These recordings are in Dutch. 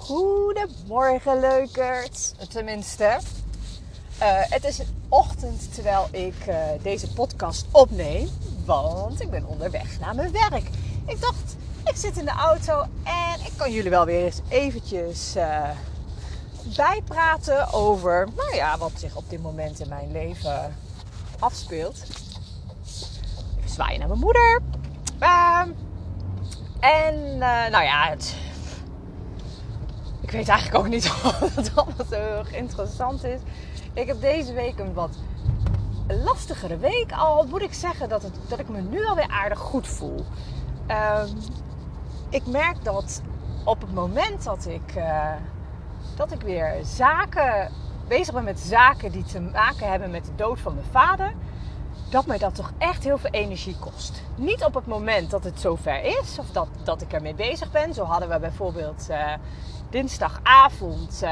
Goedemorgen leukers. Tenminste, het is een ochtend terwijl ik deze podcast opneem. Want ik ben onderweg naar mijn werk. Ik dacht, ik zit in de auto en ik kan jullie wel weer eens eventjes bijpraten over wat zich op dit moment in mijn leven afspeelt. Even zwaaien naar mijn moeder. Ik weet eigenlijk ook niet of het allemaal zo heel erg interessant is. Ik heb deze week een wat lastigere week. Al moet ik zeggen dat ik me nu alweer aardig goed voel. Ik merk dat op het moment dat ik weer bezig ben met zaken die te maken hebben met de dood van mijn vader, dat mij dat toch echt heel veel energie kost. Niet op het moment dat het zover is of dat ik ermee bezig ben. Zo hadden we bijvoorbeeld dinsdagavond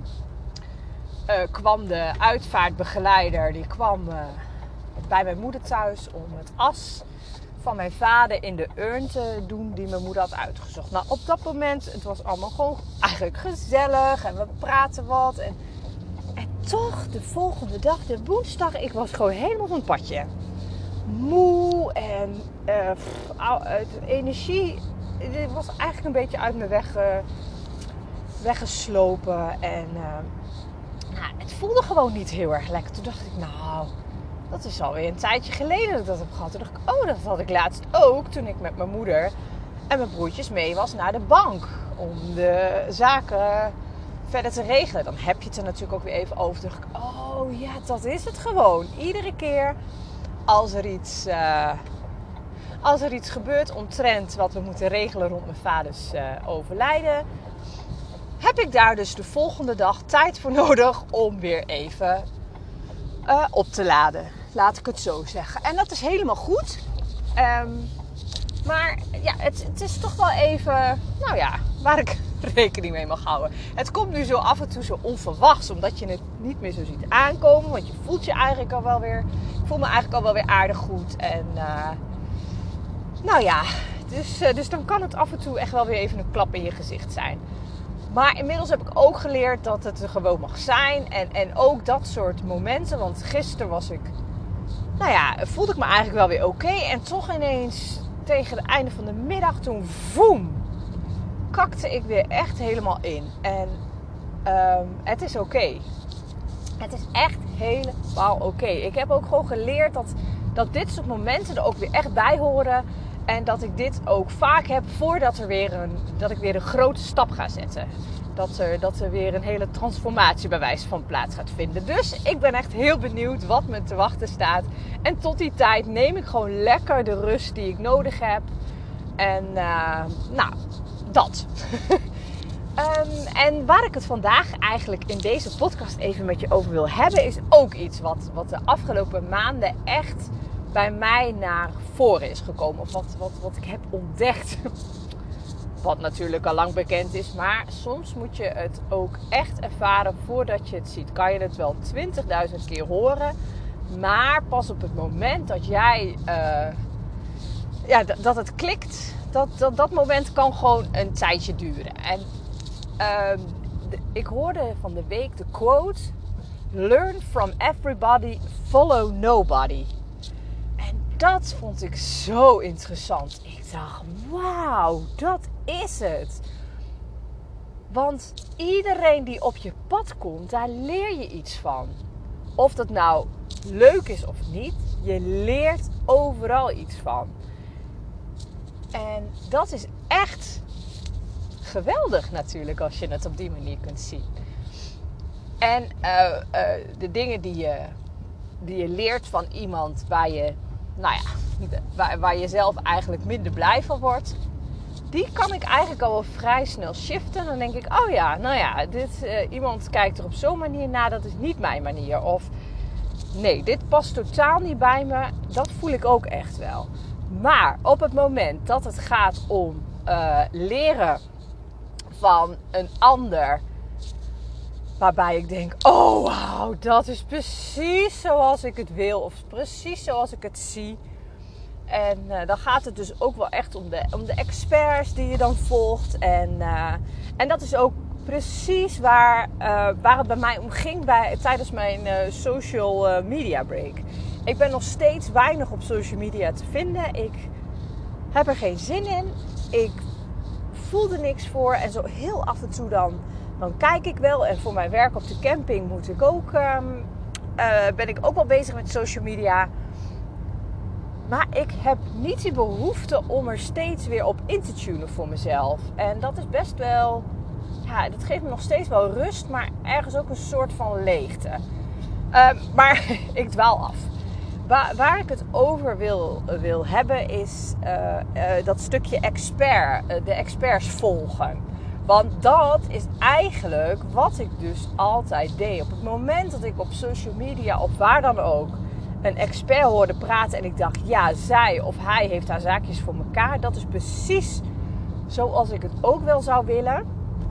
kwam de uitvaartbegeleider. Die kwam bij mijn moeder thuis om het as van mijn vader in de urn te doen die mijn moeder had uitgezocht. Nou, op dat moment, het was allemaal gewoon eigenlijk gezellig en we praten wat. En toch, de volgende dag, de woensdag, ik was gewoon helemaal van het padje. Moe en de energie was eigenlijk een beetje uit me weggeslopen. En het voelde gewoon niet heel erg lekker. Toen dacht ik, dat is alweer een tijdje geleden dat ik dat heb gehad. Toen dacht ik, dat had ik laatst ook toen ik met mijn moeder en mijn broertjes mee was naar de bank. Om de zaken verder te regelen. Dan heb je het er natuurlijk ook weer even over. Toen dacht ik, dat is het gewoon. Iedere keer als er iets gebeurt omtrent wat we moeten regelen rond mijn vaders overlijden, heb ik daar dus de volgende dag tijd voor nodig om weer even op te laden. Laat ik het zo zeggen. En dat is helemaal goed. Maar het is toch wel even, waar ik rekening mee mag houden. Het komt nu zo af en toe zo onverwachts, omdat je het niet meer zo ziet aankomen. Want je voelt je eigenlijk al wel weer, ik voel me eigenlijk al wel weer aardig goed. En dus dan kan het af en toe echt wel weer even een klap in je gezicht zijn. Maar inmiddels heb ik ook geleerd dat het er gewoon mag zijn. En ook dat soort momenten. Want gisteren voelde ik me eigenlijk wel weer oké. En toch ineens tegen het einde van de middag, toen kakte ik weer echt helemaal in. En het is oké. Het is echt helemaal oké. Ik heb ook gewoon geleerd dat dit soort momenten er ook weer echt bij horen. En dat ik dit ook vaak heb voordat dat ik weer een grote stap ga zetten. Dat er weer een hele transformatie bij wijze van plaats gaat vinden. Dus ik ben echt heel benieuwd wat me te wachten staat. En tot die tijd neem ik gewoon lekker de rust die ik nodig heb. En dat. En waar ik het vandaag eigenlijk in deze podcast even met je over wil hebben, is ook iets wat de afgelopen maanden echt bij mij naar voren is gekomen. Of wat ik heb ontdekt. Wat natuurlijk al lang bekend is. Maar soms moet je het ook echt ervaren voordat je het ziet. Kan je het wel 20.000 keer horen. Maar pas op het moment dat jij dat het klikt. Dat moment kan gewoon een tijdje duren. En ik hoorde van de week de quote: Learn from everybody, follow nobody. En dat vond ik zo interessant. Ik dacht, wauw, dat is het. Want iedereen die op je pad komt, daar leer je iets van. Of dat nou leuk is of niet, je leert overal iets van. En dat is echt geweldig natuurlijk als je het op die manier kunt zien. En de dingen die je leert van iemand waar je zelf eigenlijk minder blij van wordt, die kan ik eigenlijk al wel vrij snel shiften. Dan denk ik, iemand kijkt er op zo'n manier naar, dat is niet mijn manier. Of nee, dit past totaal niet bij me. Dat voel ik ook echt wel. Maar op het moment dat het gaat om leren van een ander, waarbij ik denk, wauw, dat is precies zoals ik het wil. Of precies zoals ik het zie. En dan gaat het dus ook wel echt om de experts die je dan volgt. En dat is ook precies waar het bij mij om ging tijdens mijn social media break. Ik ben nog steeds weinig op social media te vinden. Ik heb er geen zin in. Ik voel er niks voor. En zo heel af en toe dan kijk ik wel. En voor mijn werk op de camping ben ik ook wel bezig met social media. Maar ik heb niet die behoefte om er steeds weer op in te tunen voor mezelf. En dat is best wel... Ja, dat geeft me nog steeds wel rust. Maar ergens ook een soort van leegte. Maar ik dwaal af. Waar ik het over wil hebben is dat stukje de experts volgen. Want dat is eigenlijk wat ik dus altijd deed. Op het moment dat ik op social media of waar dan ook een expert hoorde praten en ik dacht, ja, zij of hij heeft haar zaakjes voor elkaar. Dat is precies zoals ik het ook wel zou willen.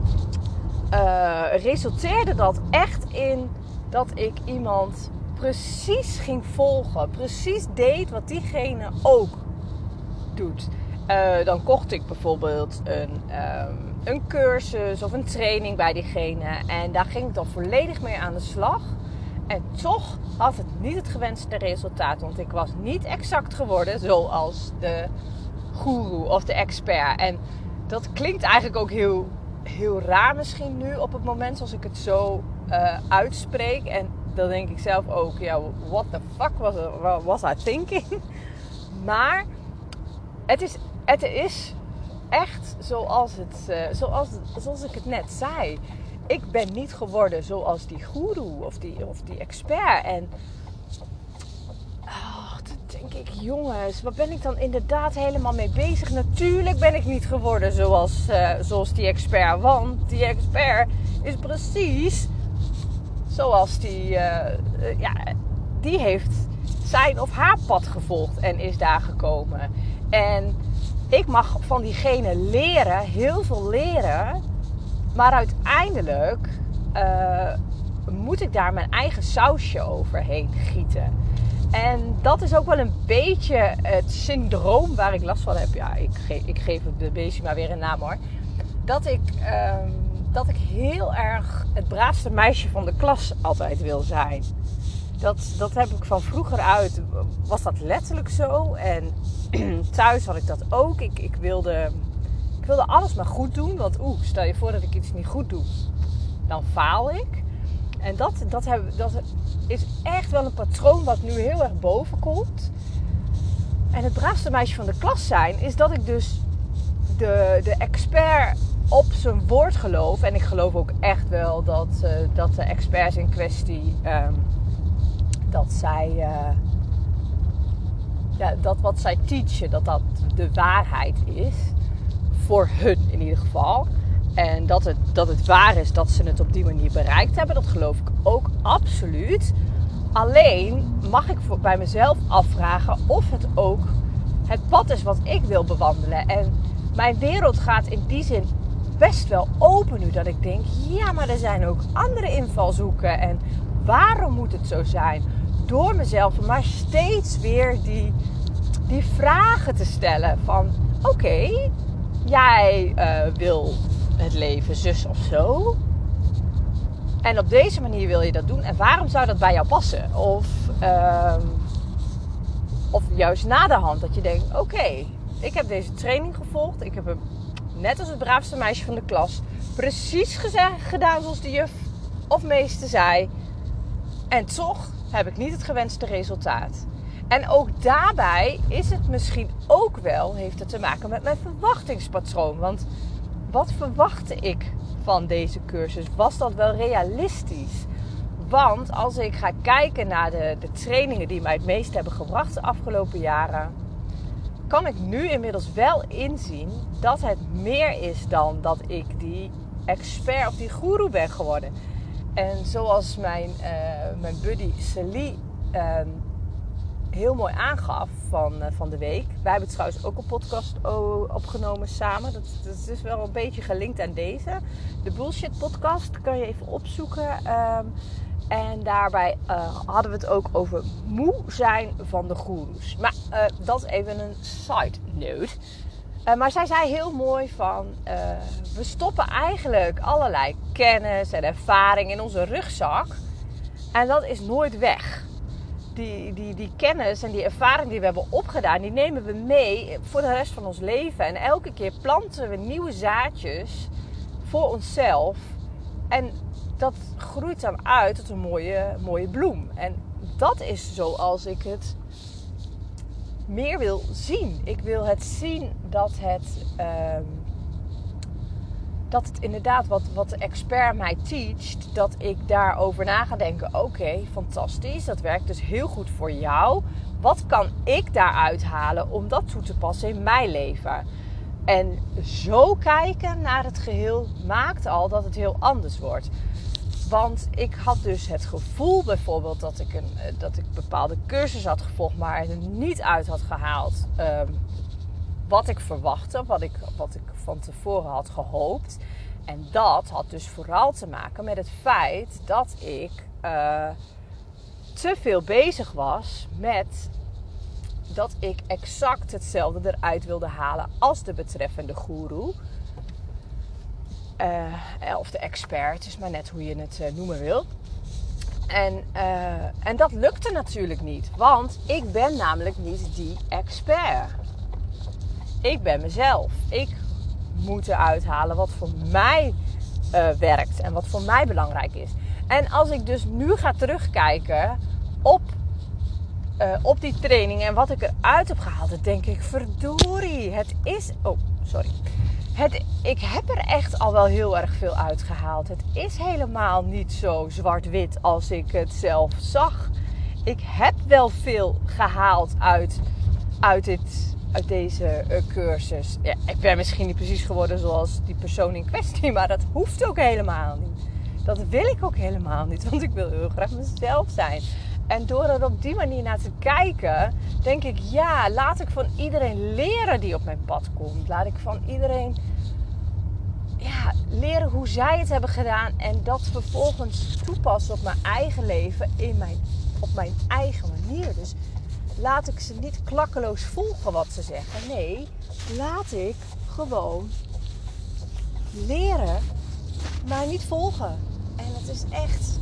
Resulteerde dat echt in dat ik iemand precies ging volgen. Precies deed wat diegene ook doet. Dan kocht ik bijvoorbeeld een cursus of een training bij diegene. En daar ging ik dan volledig mee aan de slag. En toch had het niet het gewenste resultaat. Want ik was niet exact geworden zoals de goeroe of de expert. En dat klinkt eigenlijk ook heel, heel raar misschien nu op het moment zoals ik het zo uitspreek. En dan denk ik zelf ook, ja, what the fuck was I thinking? Maar het is echt zoals ik het net zei. Ik ben niet geworden zoals die goeroe of die expert. En dan denk ik, jongens, waar ben ik dan inderdaad helemaal mee bezig? Natuurlijk ben ik niet geworden zoals die expert. Want die expert is precies zoals die heeft zijn of haar pad gevolgd en is daar gekomen. En ik mag van diegene leren, heel veel leren. Maar uiteindelijk moet ik daar mijn eigen sausje overheen gieten. En dat is ook wel een beetje het syndroom waar ik last van heb. Ja, ik geef het beestje maar weer een naam hoor. Dat ik heel erg het braafste meisje van de klas altijd wil zijn. Dat heb ik van vroeger uit. Was dat letterlijk zo. En thuis had ik dat ook. Ik wilde alles maar goed doen. Want stel je voor dat ik iets niet goed doe. Dan faal ik. En dat is echt wel een patroon wat nu heel erg boven komt. En het braafste meisje van de klas zijn is dat ik dus de expert op zijn woord geloof. En ik geloof ook echt wel dat de experts in kwestie... dat zij... dat wat zij teachen, dat de waarheid is. Voor hun in ieder geval. En dat het waar is dat ze het op die manier bereikt hebben. Dat geloof ik ook absoluut. Alleen mag ik bij mezelf afvragen of het ook het pad is wat ik wil bewandelen. En mijn wereld gaat in die zin best wel open nu. Dat ik denk, ja, maar er zijn ook andere invalshoeken. En waarom moet het zo zijn? Door mezelf maar steeds weer die vragen te stellen. Van oké, jij wil het leven zus of zo. En op deze manier wil je dat doen. En waarom zou dat bij jou passen? Of juist na de hand. Dat je denkt, oké, ik heb deze training gevolgd. Ik heb hem net als het braafste meisje van de klas precies gedaan zoals de juf of meester zei. En toch heb ik niet het gewenste resultaat. En ook daarbij is het misschien ook wel, heeft het te maken met mijn verwachtingspatroon. Want wat verwachtte ik van deze cursus? Was dat wel realistisch? Want als ik ga kijken naar de trainingen die mij het meest hebben gebracht de afgelopen jaren, kan ik nu inmiddels wel inzien dat het meer is dan dat ik die expert of die goeroe ben geworden. En zoals mijn buddy Celie heel mooi aangaf van de week. Wij hebben trouwens ook een podcast opgenomen samen. Dat is wel een beetje gelinkt aan deze. De Bullshit podcast kan je even opzoeken. En daarbij hadden we het ook over moe zijn van de goeroes. Maar dat is even een side note. Maar zij zei heel mooi van, we stoppen eigenlijk allerlei kennis en ervaring in onze rugzak. En dat is nooit weg. Die kennis en die ervaring die we hebben opgedaan, die nemen we mee voor de rest van ons leven. En elke keer planten we nieuwe zaadjes voor onszelf. En dat groeit dan uit tot een mooie bloem. En dat is zoals ik het meer wil zien. Ik wil het zien dat het inderdaad wat de expert mij teacht, dat ik daarover na ga denken. Oké, fantastisch, dat werkt dus heel goed voor jou. Wat kan ik daaruit halen om dat toe te passen in mijn leven? En zo kijken naar het geheel maakt al dat het heel anders wordt. Want ik had dus het gevoel bijvoorbeeld dat ik bepaalde cursus had gevolgd, maar er niet uit had gehaald wat ik verwachtte, wat ik van tevoren had gehoopt. En dat had dus vooral te maken met het feit dat ik te veel bezig was met dat ik exact hetzelfde eruit wilde halen als de betreffende goeroe. Of de expert, het is maar net hoe je het noemen wil. En dat lukte natuurlijk niet, want ik ben namelijk niet die expert. Ik ben mezelf. Ik moet eruit halen wat voor mij werkt en wat voor mij belangrijk is. En als ik dus nu ga terugkijken op die training en wat ik eruit heb gehaald, dan denk ik, verdorie, het is... Oh, sorry. Ik heb er echt al wel heel erg veel uitgehaald. Het is helemaal niet zo zwart-wit als ik het zelf zag. Ik heb wel veel gehaald uit deze cursus. Ja, ik ben misschien niet precies geworden zoals die persoon in kwestie, maar dat hoeft ook helemaal niet. Dat wil ik ook helemaal niet, want ik wil heel graag mezelf zijn. En door er op die manier naar te kijken, denk ik, ja, laat ik van iedereen leren die op mijn pad komt. Laat ik van iedereen leren hoe zij het hebben gedaan en dat vervolgens toepassen op mijn eigen leven op mijn eigen manier. Dus laat ik ze niet klakkeloos volgen wat ze zeggen. Nee, laat ik gewoon leren, maar niet volgen. En het is echt...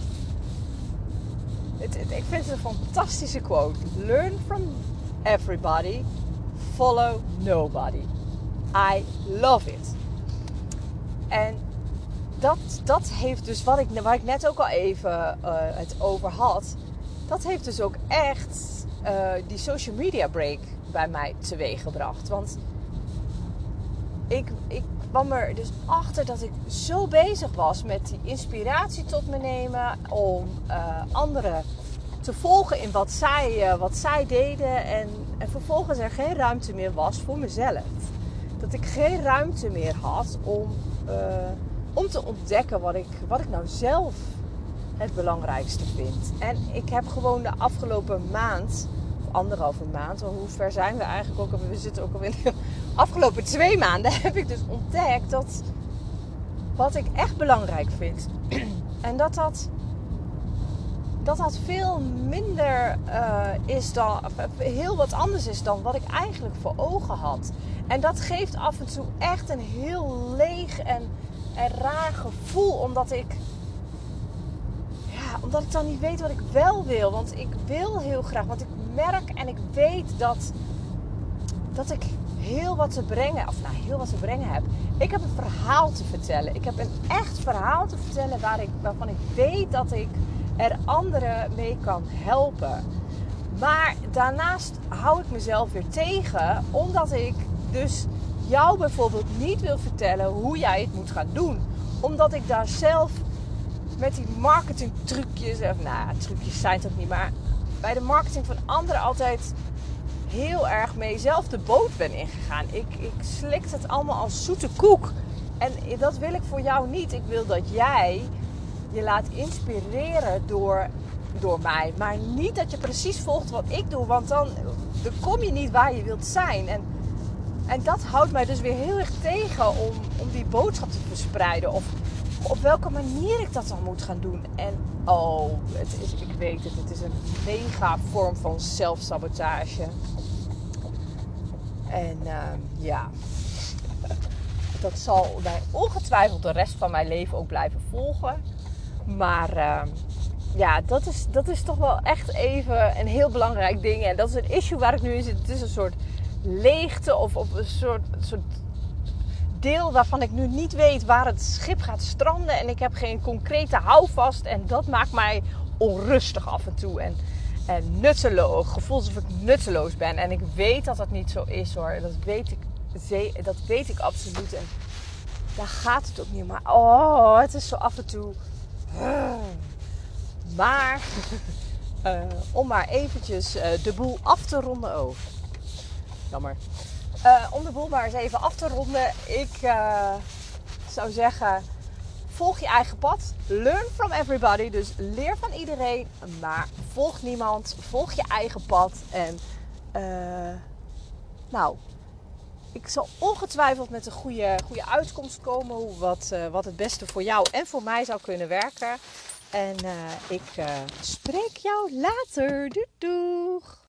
Ik vind het een fantastische quote. Learn from everybody, follow nobody. I love it. En dat heeft dus, waar ik net ook al even het over had, dat heeft dus ook echt die social media break bij mij teweeggebracht. Want ik kwam er dus achter dat ik zo bezig was met die inspiratie tot me nemen om anderen te volgen in wat zij deden en vervolgens er geen ruimte meer was voor mezelf. Dat ik geen ruimte meer had om te ontdekken wat ik nou zelf het belangrijkste vind. En ik heb gewoon de afgelopen maand, of 1,5 maand, hoe ver zijn we eigenlijk ook? We zitten ook al in de afgelopen 2 maanden heb ik dus ontdekt dat wat ik echt belangrijk vind. En dat veel minder is dan, heel wat anders is dan wat ik eigenlijk voor ogen had. En dat geeft af en toe echt een heel leeg en raar gevoel, omdat ik dan niet weet wat ik wel wil. Want ik wil heel graag, want ik merk en ik weet dat ik heel wat te brengen heb. Ik heb een verhaal te vertellen. Ik heb een echt verhaal te vertellen waarvan ik weet dat ik er anderen mee kan helpen. Maar daarnaast hou ik mezelf weer tegen, omdat ik dus jou bijvoorbeeld niet wil vertellen hoe jij het moet gaan doen. Omdat ik daar zelf met die marketing trucjes, trucjes zijn het ook niet, maar bij de marketing van anderen altijd heel erg mee zelf de boot ben ingegaan. Ik slikte het allemaal als zoete koek. En dat wil ik voor jou niet. Ik wil dat jij je laat inspireren door mij. Maar niet dat je precies volgt wat ik doe. Want dan kom je niet waar je wilt zijn. En dat houdt mij dus weer heel erg tegen om die boodschap te verspreiden. Of op welke manier ik dat dan moet gaan doen. En ik weet het is een mega vorm van zelfsabotage. En ja, dat zal mij ongetwijfeld de rest van mijn leven ook blijven volgen. Maar ja, dat is toch wel echt even een heel belangrijk ding. En dat is een issue waar ik nu in zit. Het is een soort leegte of een soort deel waarvan ik nu niet weet waar het schip gaat stranden. En ik heb geen concrete houvast. En dat maakt mij onrustig af en toe. En nutteloos. Gevoel alsof ik nutteloos ben. En ik weet dat dat niet zo is hoor. Dat weet ik absoluut. En daar gaat het ook niet om. Maar het is zo af en toe. Maar om maar eventjes de boel af te ronden. Oh, jammer. Om de boel maar eens even af te ronden. Ik zou zeggen, volg je eigen pad. Learn from everybody. Dus leer van iedereen. Maar volg niemand. Volg je eigen pad. En ik zal ongetwijfeld met een goede uitkomst komen. Wat het beste voor jou en voor mij zou kunnen werken. En ik spreek jou later. Doei doeg!